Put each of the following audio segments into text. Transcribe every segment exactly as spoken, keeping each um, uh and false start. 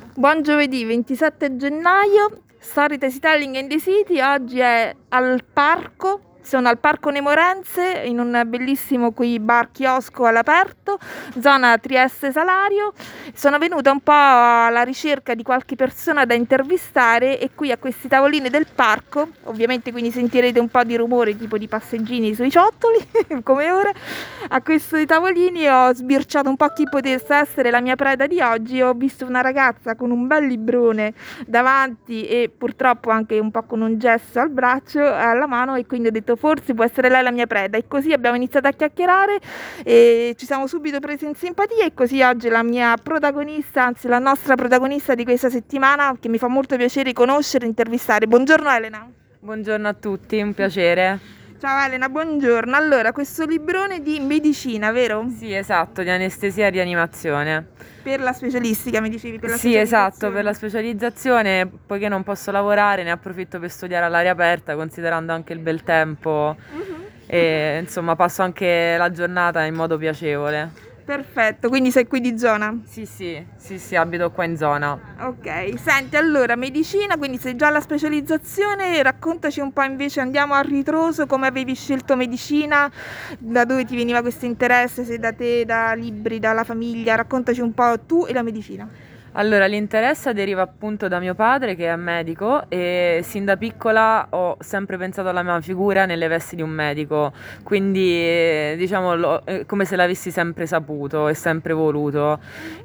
Buon giovedì ventisette gennaio, Storytelling in the City. Oggi è al parco, sono al Parco Nemorense in un bellissimo qui bar chiosco all'aperto, zona Trieste Salario. Sono venuta un po' alla ricerca di qualche persona da intervistare e qui a questi tavolini del parco, ovviamente quindi sentirete un po' di rumore tipo di passeggini sui ciottoli come ora. A questi tavolini ho sbirciato un po' chi potesse essere la mia preda di oggi. Ho visto una ragazza con un bel librone davanti e purtroppo anche un po' con un gesso al braccio, alla mano, e quindi ho detto forse può essere lei la mia preda, e così abbiamo iniziato a chiacchierare e ci siamo subito presi in simpatia, e così oggi la mia protagonista, anzi la nostra protagonista di questa settimana, che mi fa molto piacere conoscere e intervistare. Buongiorno Elena. Buongiorno a tutti, un piacere. Ciao Elena, buongiorno. Allora, questo librone di medicina, vero? Sì, esatto, di anestesia e rianimazione. Per la specialistica, mi dicevi, per la Sì, esatto, specializzazione. per la specializzazione, poiché non posso lavorare, ne approfitto per studiare all'aria aperta, considerando anche il bel tempo Mhm. e insomma passo anche la giornata in modo piacevole. Perfetto, quindi sei qui di zona. Sì, sì, sì, sì, abito qua in zona. Ok, senti, allora, medicina, quindi sei già alla specializzazione, raccontaci un po' invece, andiamo a ritroso, come avevi scelto medicina, da dove ti veniva questo interesse, se da te, da libri, dalla famiglia, raccontaci un po' tu e la medicina. Allora, l'interesse deriva appunto da mio padre che è medico e sin da piccola ho sempre pensato alla mia figura nelle vesti di un medico, quindi eh, diciamo lo- eh, come se l'avessi sempre saputo e sempre voluto.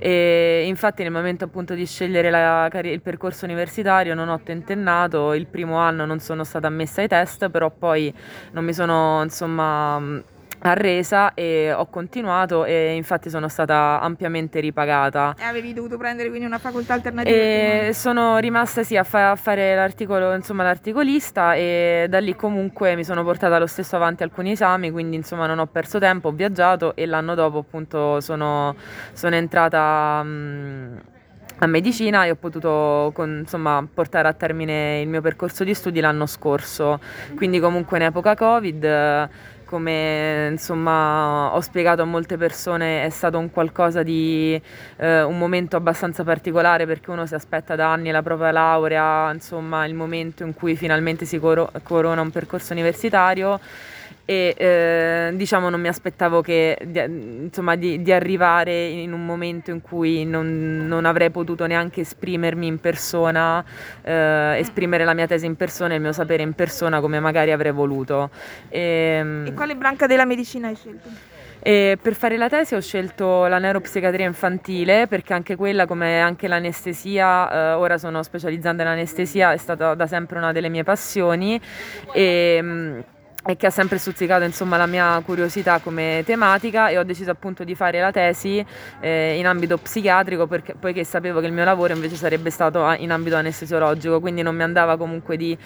E infatti nel momento appunto di scegliere la carri- il percorso universitario non ho tentennato, il primo anno non sono stata ammessa ai test, però poi non mi sono insomma mh, arresa e ho continuato e infatti sono stata ampiamente ripagata. E avevi dovuto prendere quindi una facoltà alternativa il primo E anno. sono rimasta sì a, fa- a fare l'articolo, insomma, l'articolista, e da lì comunque mi sono portata lo stesso avanti alcuni esami, quindi insomma non ho perso tempo, ho viaggiato e l'anno dopo appunto sono, sono entrata mh, a medicina e ho potuto con- insomma, portare a termine il mio percorso di studi l'anno scorso, quindi comunque in epoca Covid. eh, Come insomma ho spiegato a molte persone, è stato un qualcosa di eh, un momento abbastanza particolare, perché uno si aspetta da anni la propria laurea, insomma il momento in cui finalmente si coro- corona un percorso universitario e eh, diciamo non mi aspettavo che, di, insomma, di, di arrivare in un momento in cui non, non avrei potuto neanche esprimermi in persona, eh, esprimere la mia tesi in persona e il mio sapere in persona come magari avrei voluto. E E, quale branca della medicina hai scelto? e per fare la tesi ho scelto la neuropsichiatria infantile, perché anche quella, come anche l'anestesia, eh, ora sono specializzata in anestesia, è stata da sempre una delle mie passioni e, mh, e che ha sempre stuzzicato insomma la mia curiosità come tematica, e ho deciso appunto di fare la tesi eh, in ambito psichiatrico, perché, poiché sapevo che il mio lavoro invece sarebbe stato a- in ambito anestesiologico, quindi non mi andava comunque di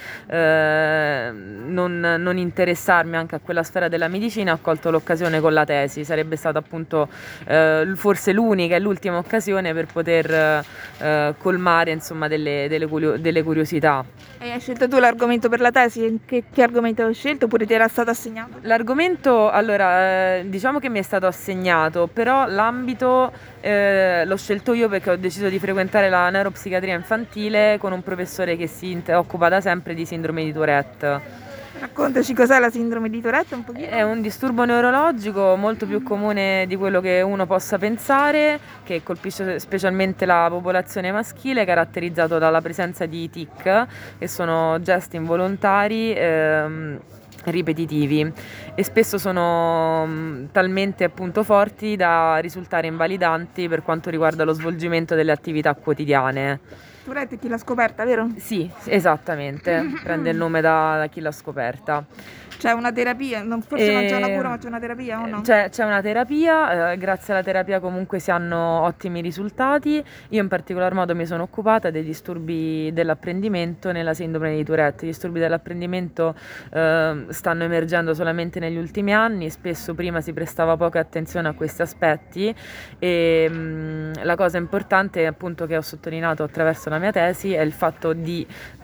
eh, non, non interessarmi anche a quella sfera della medicina. Ho colto l'occasione con la tesi, sarebbe stata appunto eh, forse l'unica e l'ultima occasione per poter eh, colmare insomma delle, delle curio- delle curiosità. E hai scelto tu l'argomento per la tesi? Che, che argomento hai scelto oppure ti era stato assegnato? L'argomento, allora, eh, diciamo che mi è stato assegnato, però l'ambito eh, l'ho scelto io perché ho deciso di frequentare la neuropsichiatria infantile con un professore che si int- occupa da sempre di sindrome di Tourette. Raccontaci cos'è la sindrome di Tourette un È pochino. un disturbo neurologico molto più comune di quello che uno possa pensare, che colpisce specialmente la popolazione maschile, caratterizzato dalla presenza di tic, che sono gesti involontari ehm, ripetitivi, e spesso sono mh, talmente appunto forti da risultare invalidanti per quanto riguarda lo svolgimento delle attività quotidiane. Tourette è chi l'ha scoperta, vero? Sì, esattamente, prende il nome da, da chi l'ha scoperta. C'è una terapia, non- forse non c'è una cura, E, ma c'è una terapia o eh, no? c'è, c'è una terapia, eh, grazie alla terapia comunque si hanno ottimi risultati. Io in particolar modo mi sono occupata dei disturbi dell'apprendimento nella sindrome di Tourette. I disturbi dell'apprendimento eh, stanno emergendo solamente negli ultimi anni, spesso prima si prestava poca attenzione a questi aspetti e mh, la cosa importante appunto che ho sottolineato attraverso la mia tesi è il fatto di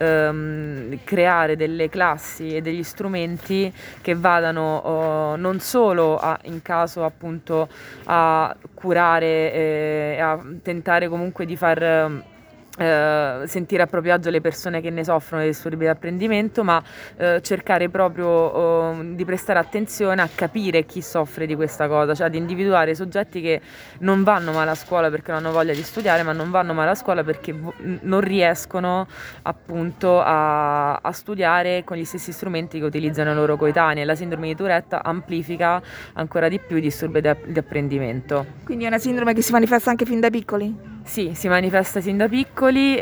ehm, creare delle classi e degli strumenti che vadano oh, non solo a, in caso appunto a curare e a tentare comunque di far eh, sentire a proprio agio le persone che ne soffrono di disturbi di apprendimento, ma eh, cercare proprio eh, di prestare attenzione a capire chi soffre di questa cosa, cioè di individuare soggetti che non vanno male a scuola perché non hanno voglia di studiare, ma non vanno male a scuola perché vo- non riescono appunto a, a studiare con gli stessi strumenti che utilizzano i loro coetanei. La sindrome di Tourette amplifica ancora di più i disturbi di, di apprendimento. Quindi è una sindrome che si manifesta anche fin da piccoli? Sì, si manifesta sin da piccoli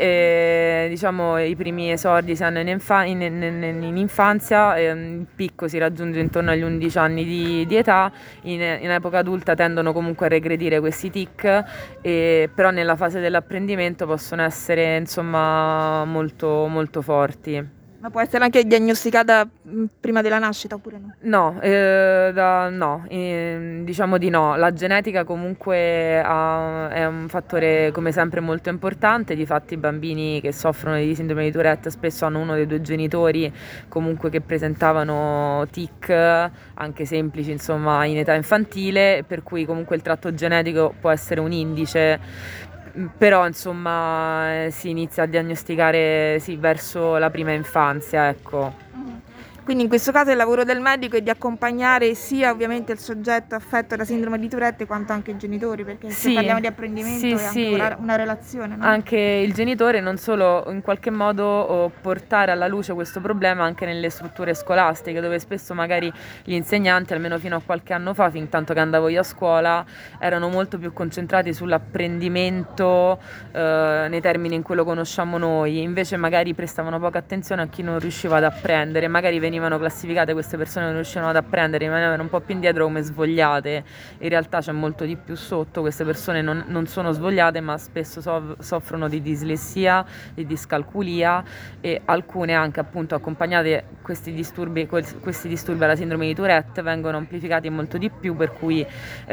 e diciamo i primi esordi si hanno in, infa- in, in- in- in infanzia, ehm, il picco si raggiunge intorno agli undici anni di, di età, in, in epoca adulta tendono comunque a regredire questi tic, e, però nella fase dell'apprendimento possono essere insomma molto, molto forti. Ma può essere anche diagnosticata mh, prima della nascita oppure no? No, eh, da- no, eh, diciamo di no. La genetica comunque ha- è un fattore come sempre molto importante. Difatti i bambini che soffrono di sindrome di Tourette spesso hanno uno dei due genitori comunque che presentavano tic, anche semplici, insomma, in età infantile, per cui comunque il tratto genetico può essere un indice. Però insomma eh, si inizia a diagnosticare sì, verso la prima infanzia, ecco. Quindi in questo caso il lavoro del medico è di accompagnare sia ovviamente il soggetto affetto da sindrome di Tourette quanto anche i genitori, perché se Sì, parliamo di apprendimento sì, è anche sì. una, una relazione, no? Anche il genitore non solo in qualche modo oh, portare alla luce questo problema anche nelle strutture scolastiche, dove spesso magari gli insegnanti, almeno fino a qualche anno fa, fin tanto che andavo io a scuola, erano molto più concentrati sull'apprendimento eh, nei termini in cui lo conosciamo noi, invece magari prestavano poca attenzione a chi non riusciva ad apprendere, magari venivano classificate queste persone che non riuscivano ad apprendere, rimanevano un po' più indietro come svogliate. In realtà c'è molto di più sotto, queste persone non, non sono svogliate, ma spesso so- soffrono di dislessia, di discalculia, e alcune anche appunto accompagnate questi disturbi, questi disturbi alla sindrome di Tourette vengono amplificati molto di più, per cui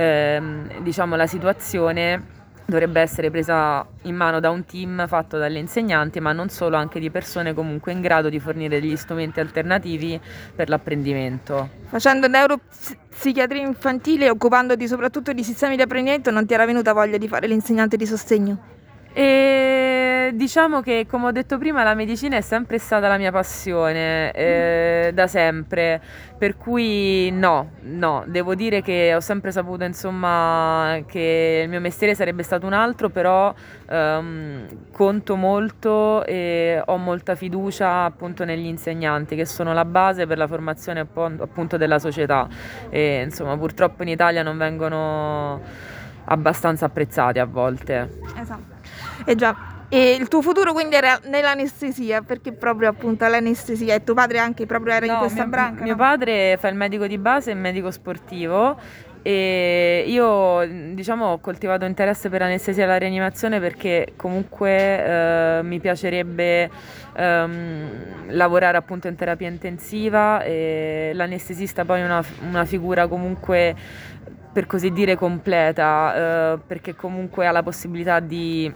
ehm, diciamo la situazione dovrebbe essere presa in mano da un team fatto dalle insegnanti, ma non solo, anche di persone comunque in grado di fornire degli strumenti alternativi per l'apprendimento. Facendo neuropsichiatria infantile e occupandoti soprattutto di sistemi di apprendimento, non ti era venuta voglia di fare l'insegnante di sostegno? E diciamo che, come ho detto prima, la medicina è sempre stata la mia passione, eh, da sempre, per cui no, no, devo dire che ho sempre saputo, insomma, che il mio mestiere sarebbe stato un altro, però ehm, conto molto e ho molta fiducia appunto negli insegnanti, che sono la base per la formazione appunto della società, e insomma purtroppo in Italia non vengono abbastanza apprezzati a volte. Esatto. Eh già, e il tuo futuro quindi era nell'anestesia, perché proprio appunto l'anestesia, e tuo padre anche proprio era No, in questa mio, branca, mio no? padre fa il medico di base e il medico sportivo, e io diciamo ho coltivato interesse per l'anestesia e la rianimazione perché comunque eh, mi piacerebbe ehm, lavorare appunto in terapia intensiva, e l'anestesista poi è una, una figura comunque per così dire completa, eh, perché comunque ha la possibilità di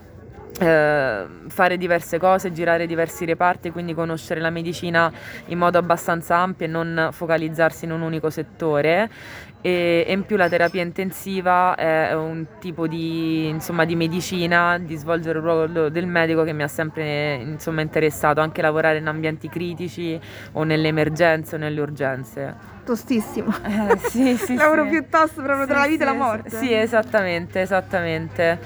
eh, fare diverse cose, girare diversi reparti, quindi conoscere la medicina in modo abbastanza ampio e non focalizzarsi in un unico settore. E, e in più la terapia intensiva è un tipo di, insomma, di medicina, di svolgere il ruolo del medico, che mi ha sempre, insomma, interessato, anche lavorare in ambienti critici o nelle emergenze o nelle urgenze. Tostissimo. Eh, sì, sì, Lavoro sì. piuttosto proprio Sì, tra la vita sì, e la morte. Sì, esattamente, esattamente.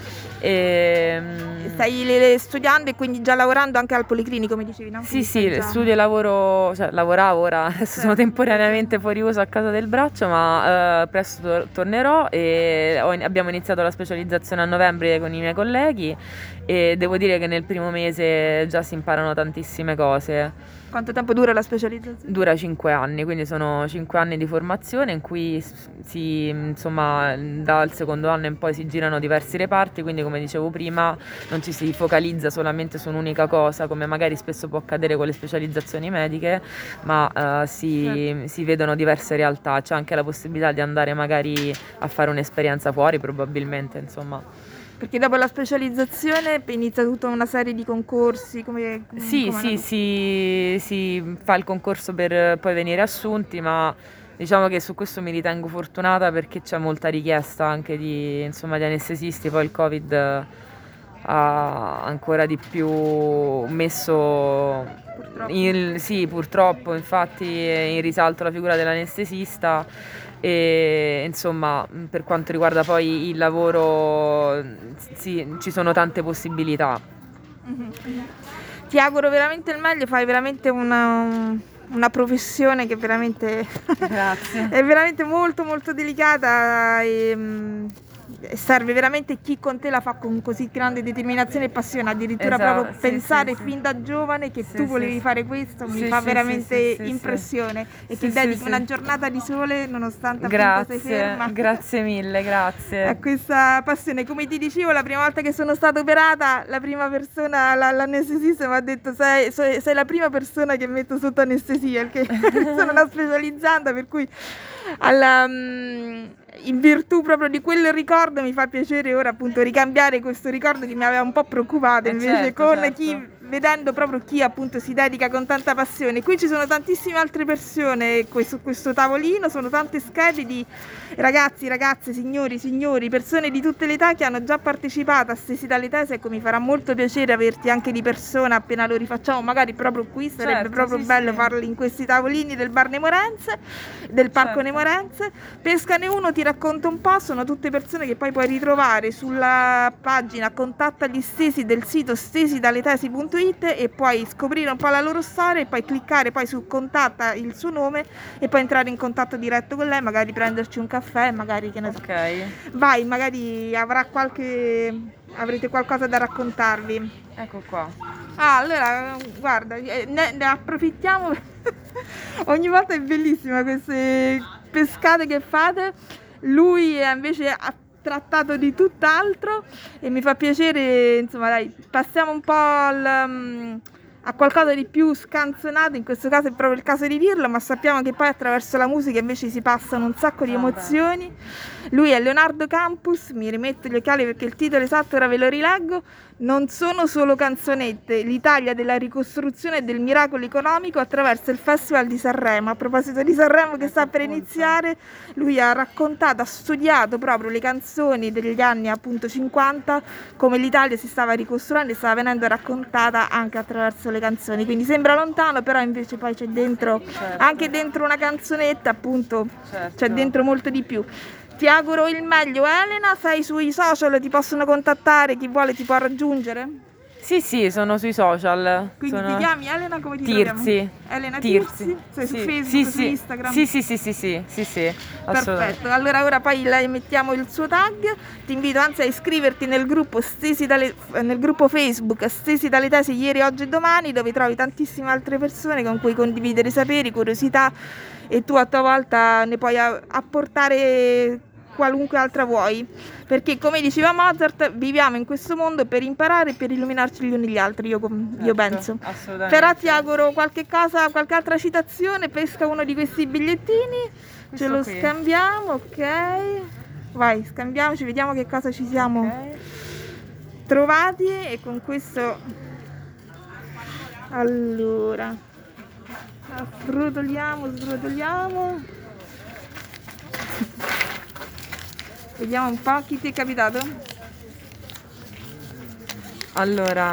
E, Stai le- le studiando e quindi già lavorando anche al policlinico, mi dicevi, no? Sì, Quindi stai sì, già- studio e lavoro, cioè lavoravo ora, adesso Certo, sono temporaneamente fuori uso a causa del braccio, ma eh, presto tor- tornerò, e ho in- abbiamo iniziato la specializzazione a novembre con i miei colleghi, e devo dire che nel primo mese già si imparano tantissime cose. Quanto tempo dura la specializzazione? Dura cinque anni, quindi sono cinque anni di formazione in cui s- si, insomma, dal secondo anno in poi si girano diversi reparti, quindi come dicevo prima non ci si focalizza solamente su un'unica cosa, come magari spesso può accadere con le specializzazioni mediche, ma eh, si, si vedono diverse realtà, c'è anche la possibilità di andare magari a fare un'esperienza fuori, probabilmente, insomma. Perché dopo la specializzazione inizia tutta una serie di concorsi, come... Sì, come sì, la- si, si fa il concorso per poi venire assunti, ma diciamo che su questo mi ritengo fortunata perché c'è molta richiesta anche di, insomma, di anestesisti, poi il Covid ha ancora di più messo Purtroppo. in, sì, purtroppo, infatti, in risalto la figura dell'anestesista. E insomma, per quanto riguarda poi il lavoro, sì, ci sono tante possibilità. Mhm. Ti auguro veramente il meglio, fai veramente una, una professione che veramente Grazie. è veramente molto molto delicata e mm, serve veramente chi con te la fa con così grande determinazione e passione, addirittura Esatto, proprio sì, pensare sì, fin sì. da giovane che Sì, tu sì, volevi sì. fare questo mi Sì, fa sì, veramente sì, sì, sì, impressione e sì, che sì, dedichi sì. una giornata di sole nonostante appunto sei Grazie, ferma. grazie mille, grazie. A questa passione. Come ti dicevo, la prima volta che sono stata operata, la prima persona, la- l'anestesista mi ha detto sei, sei- sei la prima persona che metto sotto anestesia, perché sono una specializzanda, per cui alla, mm, in virtù proprio di quel ricordo mi fa piacere ora appunto ricambiare questo ricordo che mi aveva un po' preoccupato Eh, invece certo, con certo. chi, vedendo proprio chi appunto si dedica con tanta passione. Qui ci sono tantissime altre persone qui su questo tavolino, sono tante schede di ragazzi, ragazze, signori, signori, persone di tutte le età che hanno già partecipato a Stesi dalle Tesi. Ecco, mi farà molto piacere averti anche di persona appena lo rifacciamo, magari proprio qui, sarebbe Certo, proprio sì, bello sì. farli in questi tavolini del bar Nemorense, del Parco Certo. Nemorense. Pescane uno, ti racconto un po', sono tutte persone che poi puoi ritrovare sulla pagina Contatta gli Stesi del sito stesidaletesi punto it e puoi scoprire un po' la loro storia e poi cliccare poi su Contatta il suo nome e poi entrare in contatto diretto con lei, magari prenderci un caffè, magari che ne so. Ok, Vai, magari avrà qualche avrete qualcosa da raccontarvi. ecco qua. Ah, allora, guarda, eh, ne, ne approfittiamo. Ogni volta è bellissima queste pescate che fate. Lui è invece ha trattato di tutt'altro e mi fa piacere, insomma, dai, passiamo un po' al, mm, a qualcosa di più scanzonato, in questo caso è proprio il caso di dirlo, ma sappiamo che poi attraverso la musica invece si passano un sacco di Ah, emozioni. Lui è Leonardo Campus, mi rimetto gli occhiali perché il titolo esatto ora ve lo rileggo. Non sono solo canzonette, l'Italia della ricostruzione e del miracolo economico attraverso il Festival di Sanremo. A proposito di Sanremo che ecco sta per appunto. iniziare, lui ha raccontato, ha studiato proprio le canzoni degli anni appunto cinquanta, come l'Italia si stava ricostruendo e stava venendo raccontata anche attraverso le canzoni. Quindi sembra lontano, però invece poi c'è dentro, Certo. anche dentro una canzonetta appunto, Certo. c'è dentro molto di più. Ti auguro il meglio, Elena. Sei sui social, ti possono contattare, chi vuole ti può raggiungere. Sì, sì, sono sui social. Quindi sono... ti chiami Elena, come ti Tirzi. troviamo? Elena Tirzi? Tirzi. Sei su Sì, Facebook, sì, su sì. Instagram? Sì, sì, sì, sì, sì, sì, sì, assolutamente. Perfetto, allora ora poi le mettiamo il suo tag, ti invito anzi a iscriverti nel gruppo, Stesi dalle, nel gruppo Facebook Stesi dalle Tesi ieri, oggi e domani, dove trovi tantissime altre persone con cui condividere saperi, curiosità e tu a tua volta ne puoi a- apportare qualunque altra vuoi, perché come diceva Mozart viviamo in questo mondo per imparare e per illuminarci gli uni gli altri, io, com- io Certo, penso. assolutamente. Però ti auguro qualche cosa, qualche altra citazione, pesca uno di questi bigliettini, ce Questo lo qui. scambiamo, ok? Vai, scambiamoci, vediamo che cosa ci siamo Ok. trovati e con questo allora srotoliamo, srotoliamo. Vediamo un po' chi ti è capitato. Allora,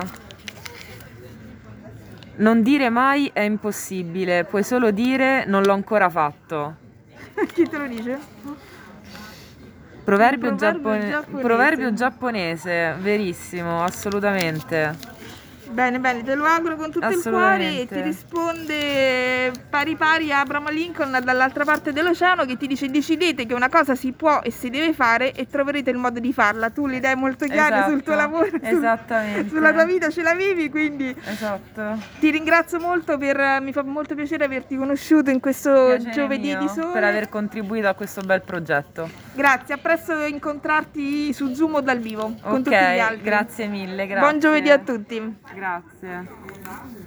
non dire mai è impossibile, puoi solo dire non l'ho ancora fatto. Chi te lo dice? Proverbio, Un proverbio giappone- giapponese. proverbio giapponese, verissimo, assolutamente. Bene, bene, te lo auguro con tutto il cuore e ti Assolutamente. risponde pari pari Abraham Lincoln dall'altra parte dell'oceano che ti dice decidete che una cosa si può e si deve fare e troverete il modo di farla. Tu le idee molto chiare sul tuo Esatto, lavoro, sul- esattamente. sulla tua vita ce l'avevi, quindi Esatto. ti ringrazio molto per, mi fa molto piacere averti conosciuto in questo Piacere giovedì mio di sole. per aver contribuito a questo bel progetto. Grazie, a presto incontrarti su Zoom o dal vivo con Ok, tutti gli altri. grazie mille, grazie. Buon giovedì a tutti. Grazie.